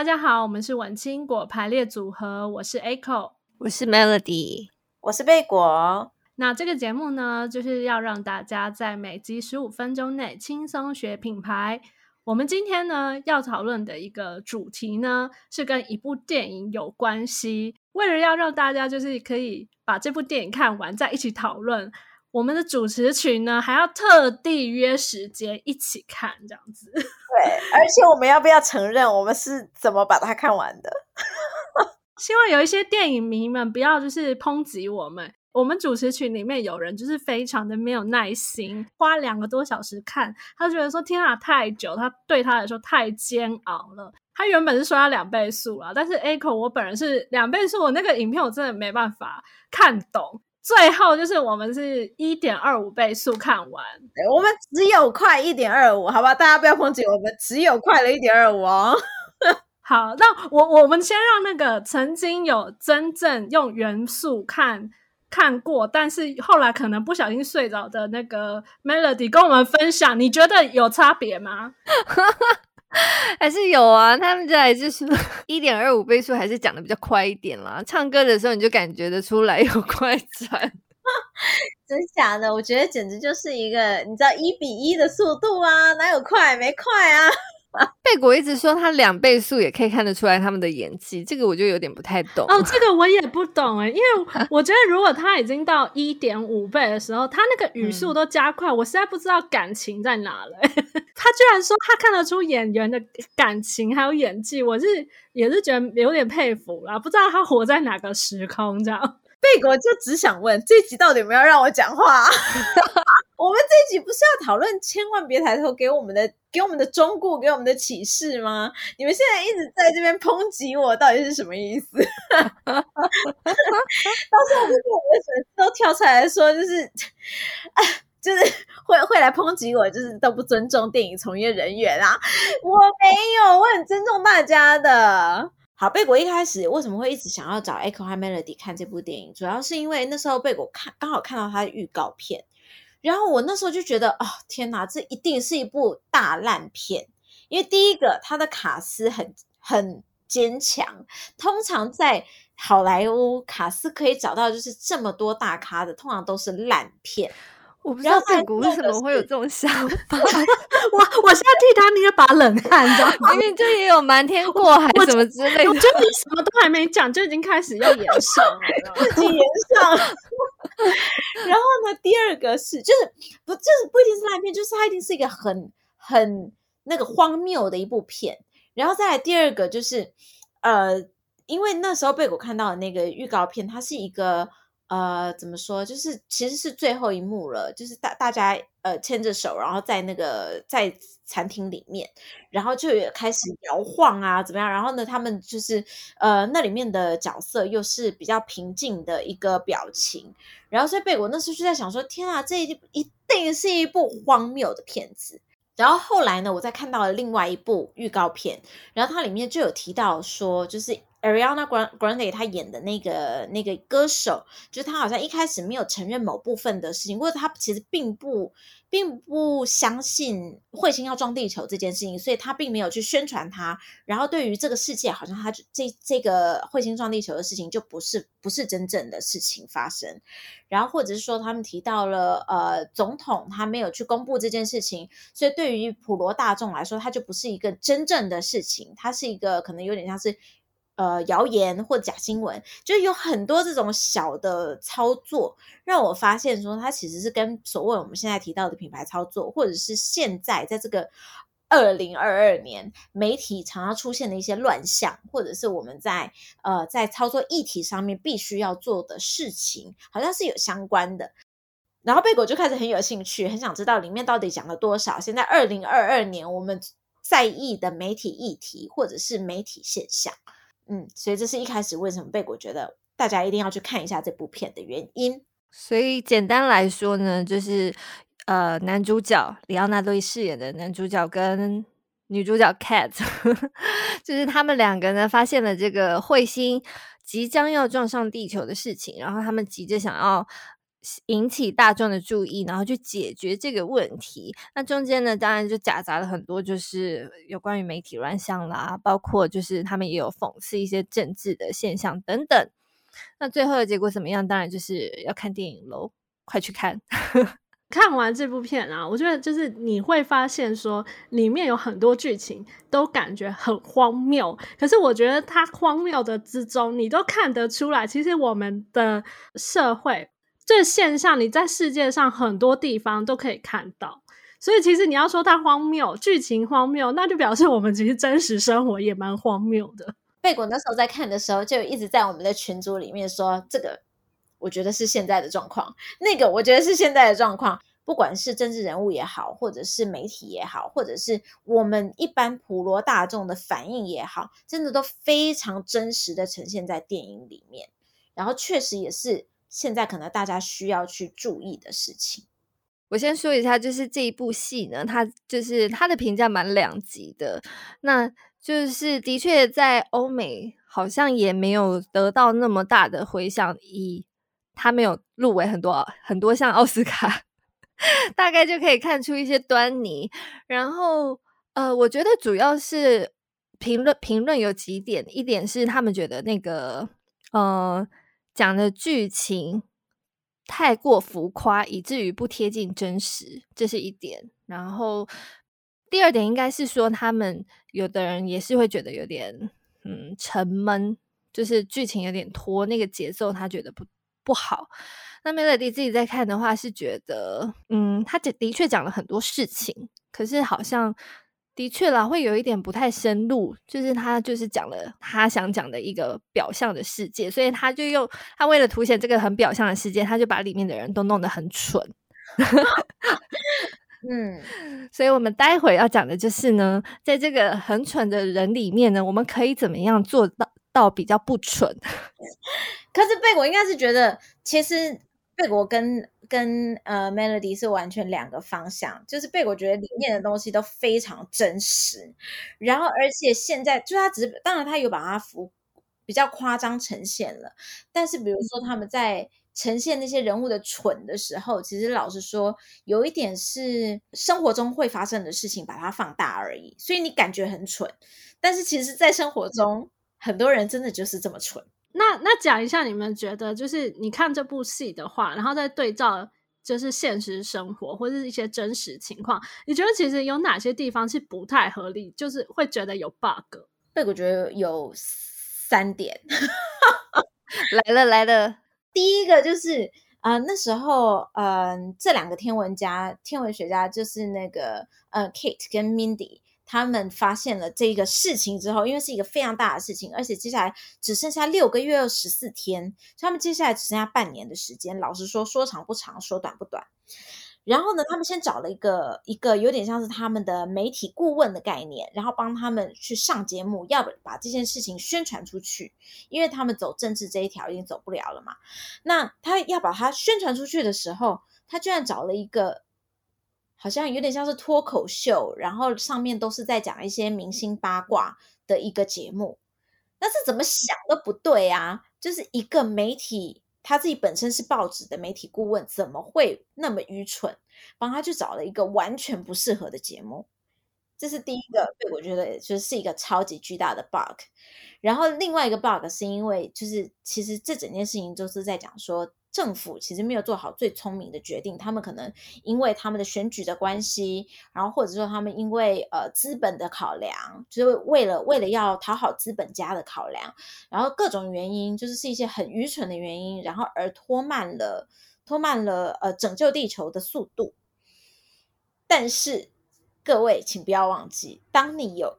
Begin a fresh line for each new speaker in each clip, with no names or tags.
大家好，我们是文青果排列组合，我是 Echo，
我是 Melody，
我是贝果。
那这个节目呢，就是要让大家在每集15分钟内轻松学品牌。我们今天呢要讨论的一个主题呢，是跟一部电影有关系。为了要让大家就是可以把这部电影看完，再一起讨论，我们的主持群呢还要特地约时间一起看，这样子。
对，而且我们要不要承认我们是怎么把它看完的？
希望有一些电影迷们不要就是抨击我们。我们主持群里面有人就是非常的没有耐心，花2个多小时看，他觉得说天啊太久，他对他来说太煎熬了。他原本是说要2倍速啦，但是 Echo 我本人是2倍速，我那个影片我真的没办法看懂。最后就是我们是 1.25 倍速看完，
我们只有快 1.25 好吧，大家不要抨击我们，只有快了 1.25 哦。
好，那我们先让那个曾经有真正用原速看过，但是后来可能不小心睡着的那个 Melody 跟我们分享，你觉得有差别吗？
还是有啊，他们家还是说 1.25 倍速还是讲的比较快一点啦，唱歌的时候你就感觉得出来有快转。
真假的，我觉得简直就是一个你知道1:1的速度啊，哪有快没快啊。
贝果一直说他2倍速也可以看得出来他们的演技，这个我就有点不太懂。
哦，这个我也不懂因为我觉得如果他已经到 1.5 倍的时候，他那个语速都加快，我实在不知道感情在哪了他居然说他看得出演员的感情还有演技，我也是觉得有点佩服啦，不知道他活在哪个时空这样。
贝果就只想问，这集到底有没有让我讲话我们这集不是要讨论千万别抬头给我们的忠告，给我们的启示吗？你们现在一直在这边抨击我，到底是什么意思到时候我们的粉丝都跳出来说就是会来抨击我，就是都不尊重电影从业人员啊。我没有，我很尊重大家的。好，贝果一开始为什么会一直想要找 Echo 和 Melody 看这部电影，主要是因为那时候贝果刚好看到他的预告片，然后我那时候就觉得天哪，这一定是一部大烂片。因为第一个他的卡司很坚强，通常在好莱坞卡司可以找到就是这么多大咖的，通常都是烂片。
我不知道贝果为什么会有这种想法
我现在替他捏把冷汗，你知道吗？
明明就也有瞒天过海什么之类的，
我觉得你什么都还没讲，就已经开始要演上了，
自己演上。然后呢，第二个是就是不一定是烂片，就是它一定是一个很那个荒谬的一部片。然后再来第二个就是因为那时候贝果看到的那个预告片，它是一个怎么说，就是其实是最后一幕了，就是大家牵着手，然后在餐厅里面，然后就开始摇晃啊怎么样，然后呢他们就是那里面的角色又是比较平静的一个表情，然后所以贝果那时候就在想说，天啊，这一定是一部荒谬的片子。然后后来呢，我再看到了另外一部预告片，然后它里面就有提到说，就是 Ariana Grande 她演的那个歌手，就是她好像一开始没有承认某部分的事情，或者她其实并不相信彗星要撞地球这件事情，所以她并没有去宣传它。然后对于这个世界，好像她这个彗星撞地球的事情就不是真正的事情发生。然后或者是说他们提到了总统他没有去公布这件事情，所以对于普罗大众来说，它就不是一个真正的事情，它是一个可能有点像是谣言或假新闻，就有很多这种小的操作，让我发现说它其实是跟所谓我们现在提到的品牌操作，或者是现在在这个2022年媒体常常出现的一些乱象，或者是我们在操作议题上面必须要做的事情，好像是有相关的。然后贝果就开始很有兴趣，很想知道里面到底讲了多少现在2022年我们在意的媒体议题或者是媒体现象。所以这是一开始为什么贝果觉得大家一定要去看一下这部片的原因。
所以简单来说呢，就是男主角里奥纳多饰演的男主角跟女主角 Kat 就是他们两个呢发现了这个彗星即将要撞上地球的事情，然后他们急着想要引起大众的注意，然后去解决这个问题。那中间呢，当然就夹杂了很多就是有关于媒体乱象啦，包括就是他们也有讽刺一些政治的现象等等。那最后的结果怎么样？当然就是要看电影咯，快去看。
看完这部片啊，我觉得就是你会发现说里面有很多剧情都感觉很荒谬，可是我觉得它荒谬的之中你都看得出来，其实我们的社会这现象你在世界上很多地方都可以看到，所以其实你要说它荒谬，剧情荒谬，那就表示我们其实真实生活也蛮荒谬的。
贝果那时候在看的时候就一直在我们的群组里面说，这个我觉得是现在的状况，那个我觉得是现在的状况，不管是政治人物也好，或者是媒体也好，或者是我们一般普罗大众的反应也好，真的都非常真实的呈现在电影里面，然后确实也是现在可能大家需要去注意的事情。
我先说一下，就是这一部戏呢，它的评价蛮两极的，那就是的确在欧美好像也没有得到那么大的回响，它没有入围很多项奥斯卡大概就可以看出一些端倪。然后我觉得主要是评论有几点，一点是他们觉得那个讲的剧情太过浮夸，以至于不贴近真实，这是一点。然后第二点应该是说，他们有的人也是会觉得有点沉闷，就是剧情有点拖，那个节奏他觉得不好。那 Melody 自己在看的话是觉得他的确讲了很多事情，可是好像的确啦会有一点不太深入，就是他就是讲了他想讲的一个表象的世界，所以他为了凸显这个很表象的世界，他就把里面的人都弄得很蠢所以我们待会要讲的就是呢，在这个很蠢的人里面呢，我们可以怎么样做到比较不蠢
可是贝果应该是觉得其实贝果跟Melody 是完全两个方向，就是贝果觉得里面的东西都非常真实，然后而且现在就他当然他有把它比较夸张呈现了，但是比如说他们在呈现那些人物的蠢的时候，其实老实说有一点是生活中会发生的事情把它放大而已，所以你感觉很蠢，但是其实在生活中很多人真的就是这么蠢。
那讲一下你们觉得就是你看这部戏的话，然后再对照就是现实生活或者是一些真实情况，你觉得其实有哪些地方是不太合理，就是会觉得有 bug？
对，我觉得有3点
来了。
第一个就是那时候这两个天文学家就是那个Kate 跟 Mindy，他们发现了这个事情之后，因为是一个非常大的事情，而且接下来只剩下6个月又14天，所以他们接下来只剩下半年的时间，老实说长不长，说短不短。然后呢，他们先找了一个有点像是他们的媒体顾问的概念，然后帮他们去上节目，要把这件事情宣传出去，因为他们走政治这一条已经走不了了嘛。那他要把它宣传出去的时候，他居然找了一个好像有点像是脱口秀，然后上面都是在讲一些明星八卦的一个节目。那是怎么想都不对啊，就是一个媒体他自己本身是报纸的媒体顾问，怎么会那么愚蠢帮他去找了一个完全不适合的节目。这是第一个，对，我觉得就是一个超级巨大的 bug。然后另外一个 bug 是因为就是其实这整件事情就是在讲说政府其实没有做好最聪明的决定，他们可能因为他们的选举的关系，然后或者说他们因为资本的考量，就是为了要讨好资本家的考量，然后各种原因就是一些很愚蠢的原因，然后而拖慢了拯救地球的速度。但是各位请不要忘记，当你有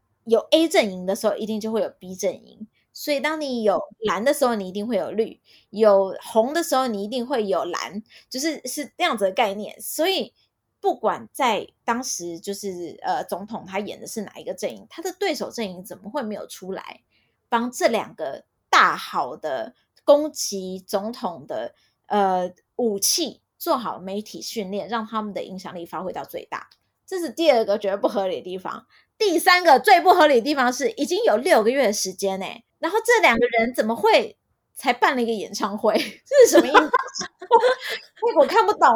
A 阵营的时候，一定就会有 B 阵营，所以当你有蓝的时候，你一定会有绿，有红的时候，你一定会有蓝，是这样子的概念。所以不管在当时就是总统他演的是哪一个阵营，他的对手阵营怎么会没有出来帮这两个大好的攻击总统的武器做好媒体训练，让他们的影响力发挥到最大。这是第二个觉得不合理的地方。第三个最不合理的地方是已经有6个月的时间然后这两个人怎么会才办了一个演唱会？这是什么意思？ 那个我看不懂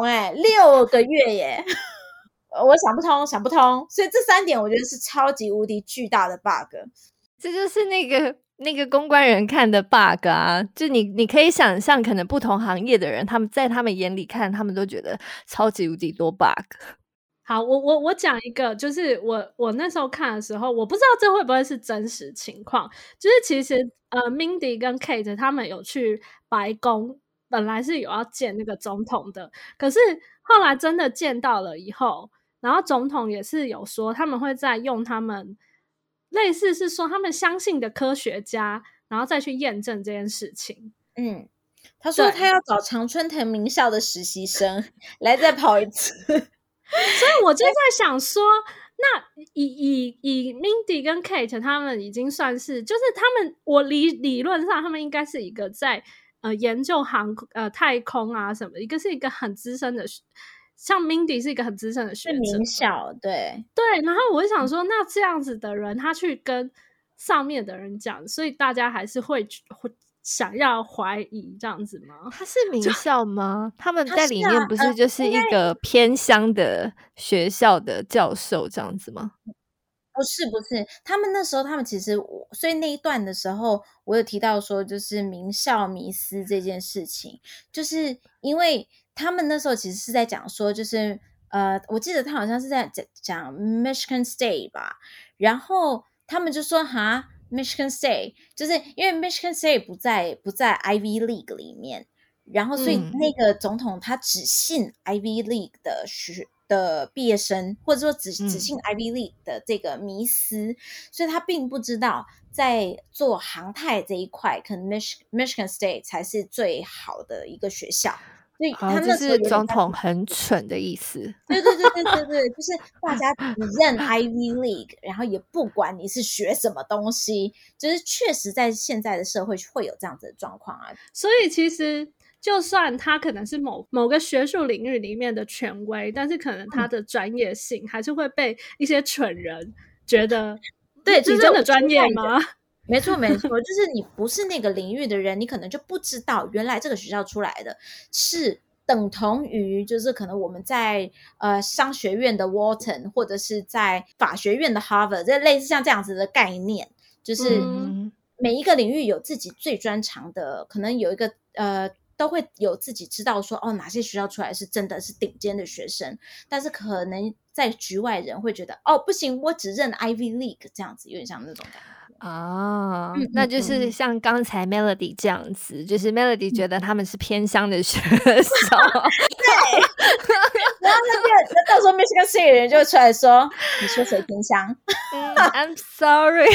6个月耶，我想不通，所以这3点我觉得是超级无敌巨大的 bug。
这就是那个公关人看的 bug 啊，就你可以想象，可能不同行业的人，他们在他们眼里看，他们都觉得超级无敌多 bug。
好，我讲一个，就是我那时候看的时候，我不知道这会不会是真实情况，就是其实Mindy 跟 Kate 他们有去白宫，本来是有要见那个总统的，可是后来真的见到了以后，然后总统也是有说他们会再用他们类似是说他们相信的科学家，然后再去验证这件事情。
他说他要找常春藤名校的实习生来再跑一次。
所以我就在想说，那以 Mindy 跟 Kate 他们已经算是，就是他们我理论上他们应该是一个在研究太空啊什么，一个很资深的，像 Mindy 是一个很资深的学者，
名校，对，
然后我就想说，那这样子的人他去跟上面的人讲，所以大家还是会想要怀疑这样子吗？
他是名校吗？他们在里面不是就是一个偏乡的学校的教授这样子吗？
不是，他们那时候他们其实，所以那一段的时候我有提到说，就是名校迷思这件事情，就是因为他们那时候其实是在讲说，就是我记得他好像是在讲 Michigan State 吧，然后他们就说哈Michigan State， 就是因为 Michigan State 不在 Ivy League 里面，然后所以那个总统他只信 Ivy League 的毕业生，或者说只信 Ivy League 的这个迷思，所以他并不知道在做航太这一块，可能 Michigan State 才是最好的一个学校。所以他那时候
就是总统很蠢的意思。
对，就是大家只认 Ivy League， 然后也不管你是学什么东西，就是确实在现在的社会会有这样子的状况啊。
所以其实就算他可能是某个学术领域里面的权威，但是可能他的专业性还是会被一些蠢人觉得，
对，
你真的专业吗？
没错，就是你不是那个领域的人，你可能就不知道原来这个学校出来的是等同于就是可能我们在商学院的 Wharton 或者是在法学院的 Harvard， 这类似像这样子的概念，就是每一个领域有自己最专长的，可能有一个都会有自己知道说哪些学校出来是真的是顶尖的学生，但是可能在局外人会觉得不行，我只认 Ivy League 这样子，有点像那种感觉。
那就是像刚才 Melody 这样子，就是 Melody 觉得他们是偏乡的学校。对，
然后到时候 Michigan State 的人就会出来说，你说谁偏乡
？I'm sorry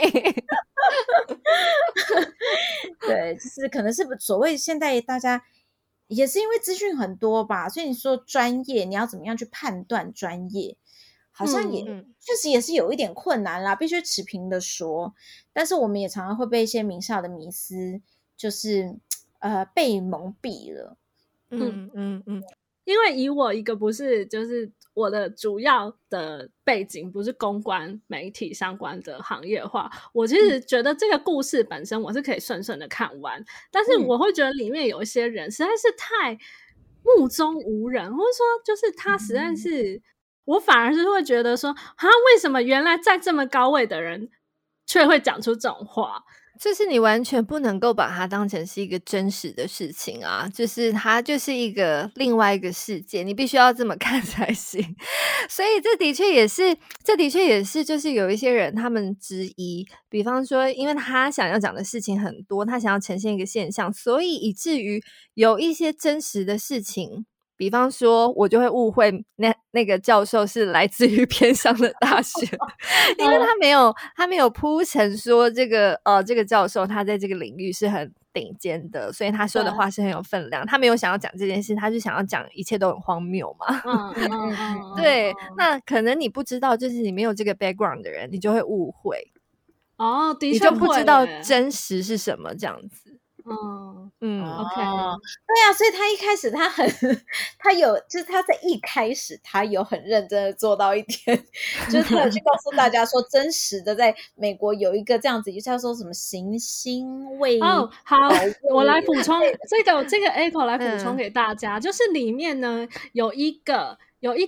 对，就是可能是所谓现在大家也是因为资讯很多吧，所以你说专业，你要怎么样去判断专业，好像也确实也是有一点困难啦，必须持平的说。但是我们也常常会被一些名校的迷思就是被蒙蔽了。
因为以我一个不是就是我的主要的背景不是公关媒体相关的行业的话，我其实觉得这个故事本身我是可以顺顺的看完，但是我会觉得里面有一些人实在是太目中无人，或者说就是他实在是我反而是会觉得说为什么原来在这么高位的人却会讲出这种话，
就是你完全不能够把它当成是一个真实的事情啊，就是它就是一个另外一个世界，你必须要这么看才行。所以这的确也是就是有一些人他们质疑，比方说因为他想要讲的事情很多，他想要呈现一个现象，所以以至于有一些真实的事情，比方说我就会误会那个教授是来自于偏乡的大学因为他没有铺陈说这个教授他在这个领域是很顶尖的，所以他说的话是很有分量，他没有想要讲这件事，他就想要讲一切都很荒谬嘛对，那可能你不知道，就是你没有这个 background 的人，你就会误会
的确
你就不知道真实是什么这样子。
OK，
对啊，所以他一开始他有就是他在一开始他有很认真的做到一点，就是他有去告诉大家说，真实的在美国有一个这样子，就叫做什么行星卫
好，我来补充这个 Echo 来补充给大家，就是里面呢有一个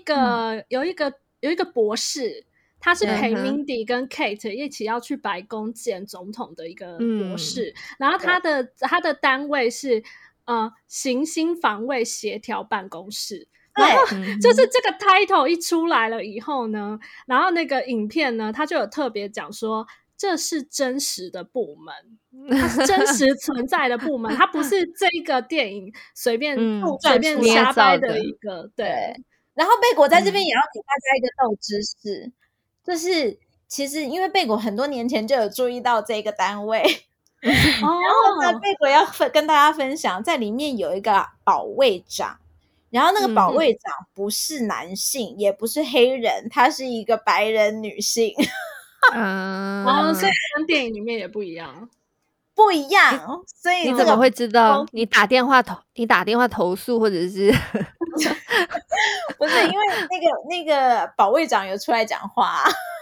博士。他是陪 Mindy 跟 Kate 一起要去白宫见总统的一个博士，然后他的单位是行星防卫协调办公室。然后就是这个 title 一出来了以后呢，然后那个影片呢，他就有特别讲说，这是真实的部门，它是真实存在的部门，它不是这一个电影随便瞎掰的一个。对。
然后贝果在这边也要给大家一个豆知识。就是其实因为贝果很多年前就有注意到这个单位，然后呢，贝果要跟大家分享，在里面有一个保卫长，然后那个保卫长不是男性，也不是黑人，她是一个白人女性。
所以跟电影里面也不一样。
不一样，所以
你怎么会知道？你打电话投诉，或者是
不是因为那个保卫长有出来讲话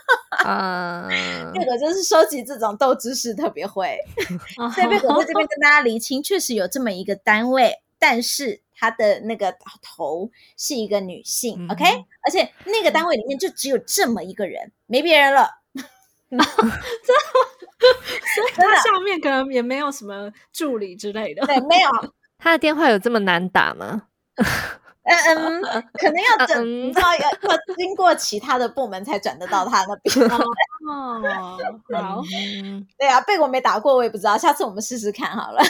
贝果就是收集这种豆知识特别会，所以贝果在这边跟大家厘清，确实有这么一个单位，但是他的那个头是一个女性，OK， 而且那个单位里面就只有这么一个人，没别人了。
所以他下面可能也没有什么助理之类的。
对，没有。
他的电话有这么难打吗？
可能要等，你知道要经过其他的部门才转得到他那边。
好，
对啊，贝果没打过，我也不知道，下次我们试试看好了。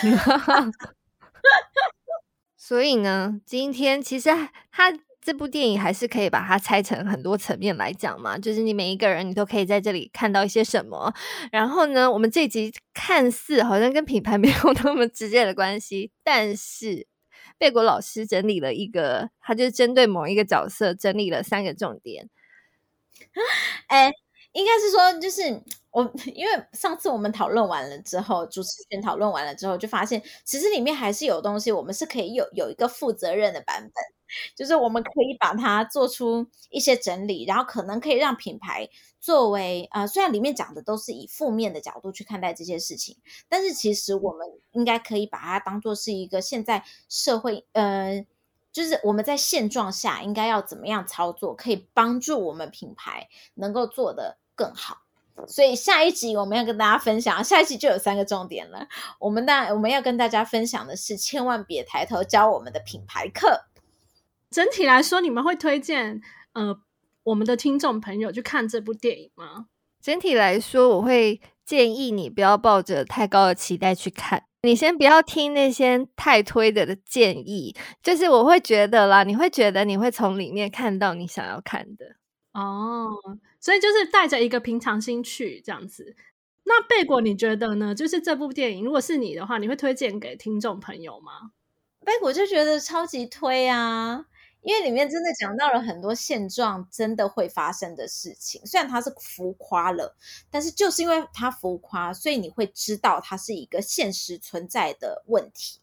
所以呢，今天其实他这部电影还是可以把它拆成很多层面来讲嘛，就是你每一个人你都可以在这里看到一些什么。然后呢，我们这集看似好像跟品牌没有那么直接的关系，但是贝果老师整理了一个，他就针对某一个角色整理了3个重点。
应该是说就是因为上次我们讨论完了之后，主持群讨论完了之后，就发现其实里面还是有东西我们是可以有一个负责任的版本，就是我们可以把它做出一些整理，然后可能可以让品牌作为虽然里面讲的都是以负面的角度去看待这些事情，但是其实我们应该可以把它当作是一个现在社会就是我们在现状下应该要怎么样操作，可以帮助我们品牌能够做得更好。所以下一集我们要跟大家分享，下一集就有3个重点了。我们要跟大家分享的是，千万别抬头教我们的品牌课。
整体来说，你们会推荐我们的听众朋友去看这部电影吗？
整体来说，我会建议你不要抱着太高的期待去看，你先不要听那些太推的建议，就是我会觉得啦，你会觉得你会从里面看到你想要看的。
所以就是带着一个平常心去这样子。那贝果你觉得呢？就是这部电影如果是你的话，你会推荐给听众朋友吗？
贝果就觉得超级推啊，因为里面真的讲到了很多现状真的会发生的事情，虽然它是浮夸了，但是就是因为它浮夸，所以你会知道它是一个现实存在的问题。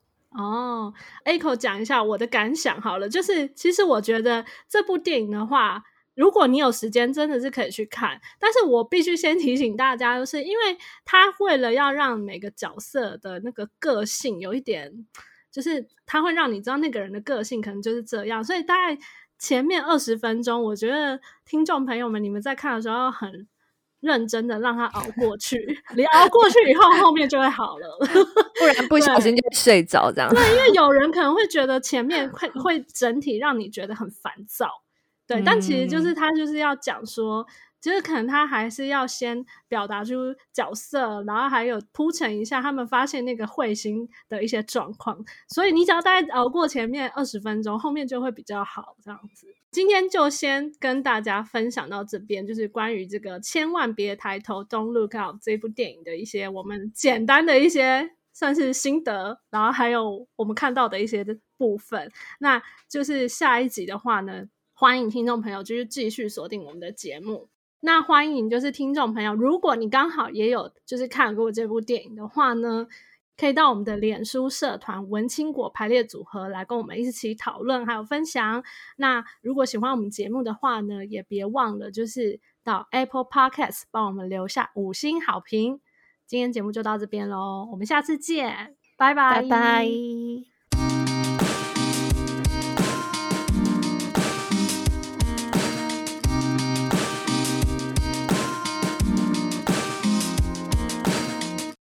Echo 讲一下我的感想好了，就是其实我觉得这部电影的话，如果你有时间真的是可以去看，但是我必须先提醒大家，就是因为他为了要让每个角色的那个个性有一点，就是他会让你知道那个人的个性可能就是这样，所以大概前面20分钟，我觉得听众朋友们你们在看的时候很认真的让他熬过去，你熬过去以后后面就会好了，
不然不小心就睡着这样。
对，因为有人可能会觉得前面会整体让你觉得很烦躁，对，但其实就是他就是要讲说，就是可能他还是要先表达出角色，然后还有铺陈一下他们发现那个彗星的一些状况，所以你只要大概熬过前面20分钟，后面就会比较好这样子。今天就先跟大家分享到这边，就是关于这个千万别抬头 Don't Look Up 这部电影的一些我们简单的一些算是心得，然后还有我们看到的一些部分。那就是下一集的话呢，欢迎听众朋友就是继续锁定我们的节目。那欢迎就是听众朋友，如果你刚好也有就是看过这部电影的话呢， 可以到我们的脸书社团文青果排列组合来跟我们一起讨论还有分享。那如果喜欢我们节目的话呢，也别忘了就是到 Apple Podcast 帮我们留下5星好评。今天节目就到这边咯，我们下次见，拜拜
拜拜。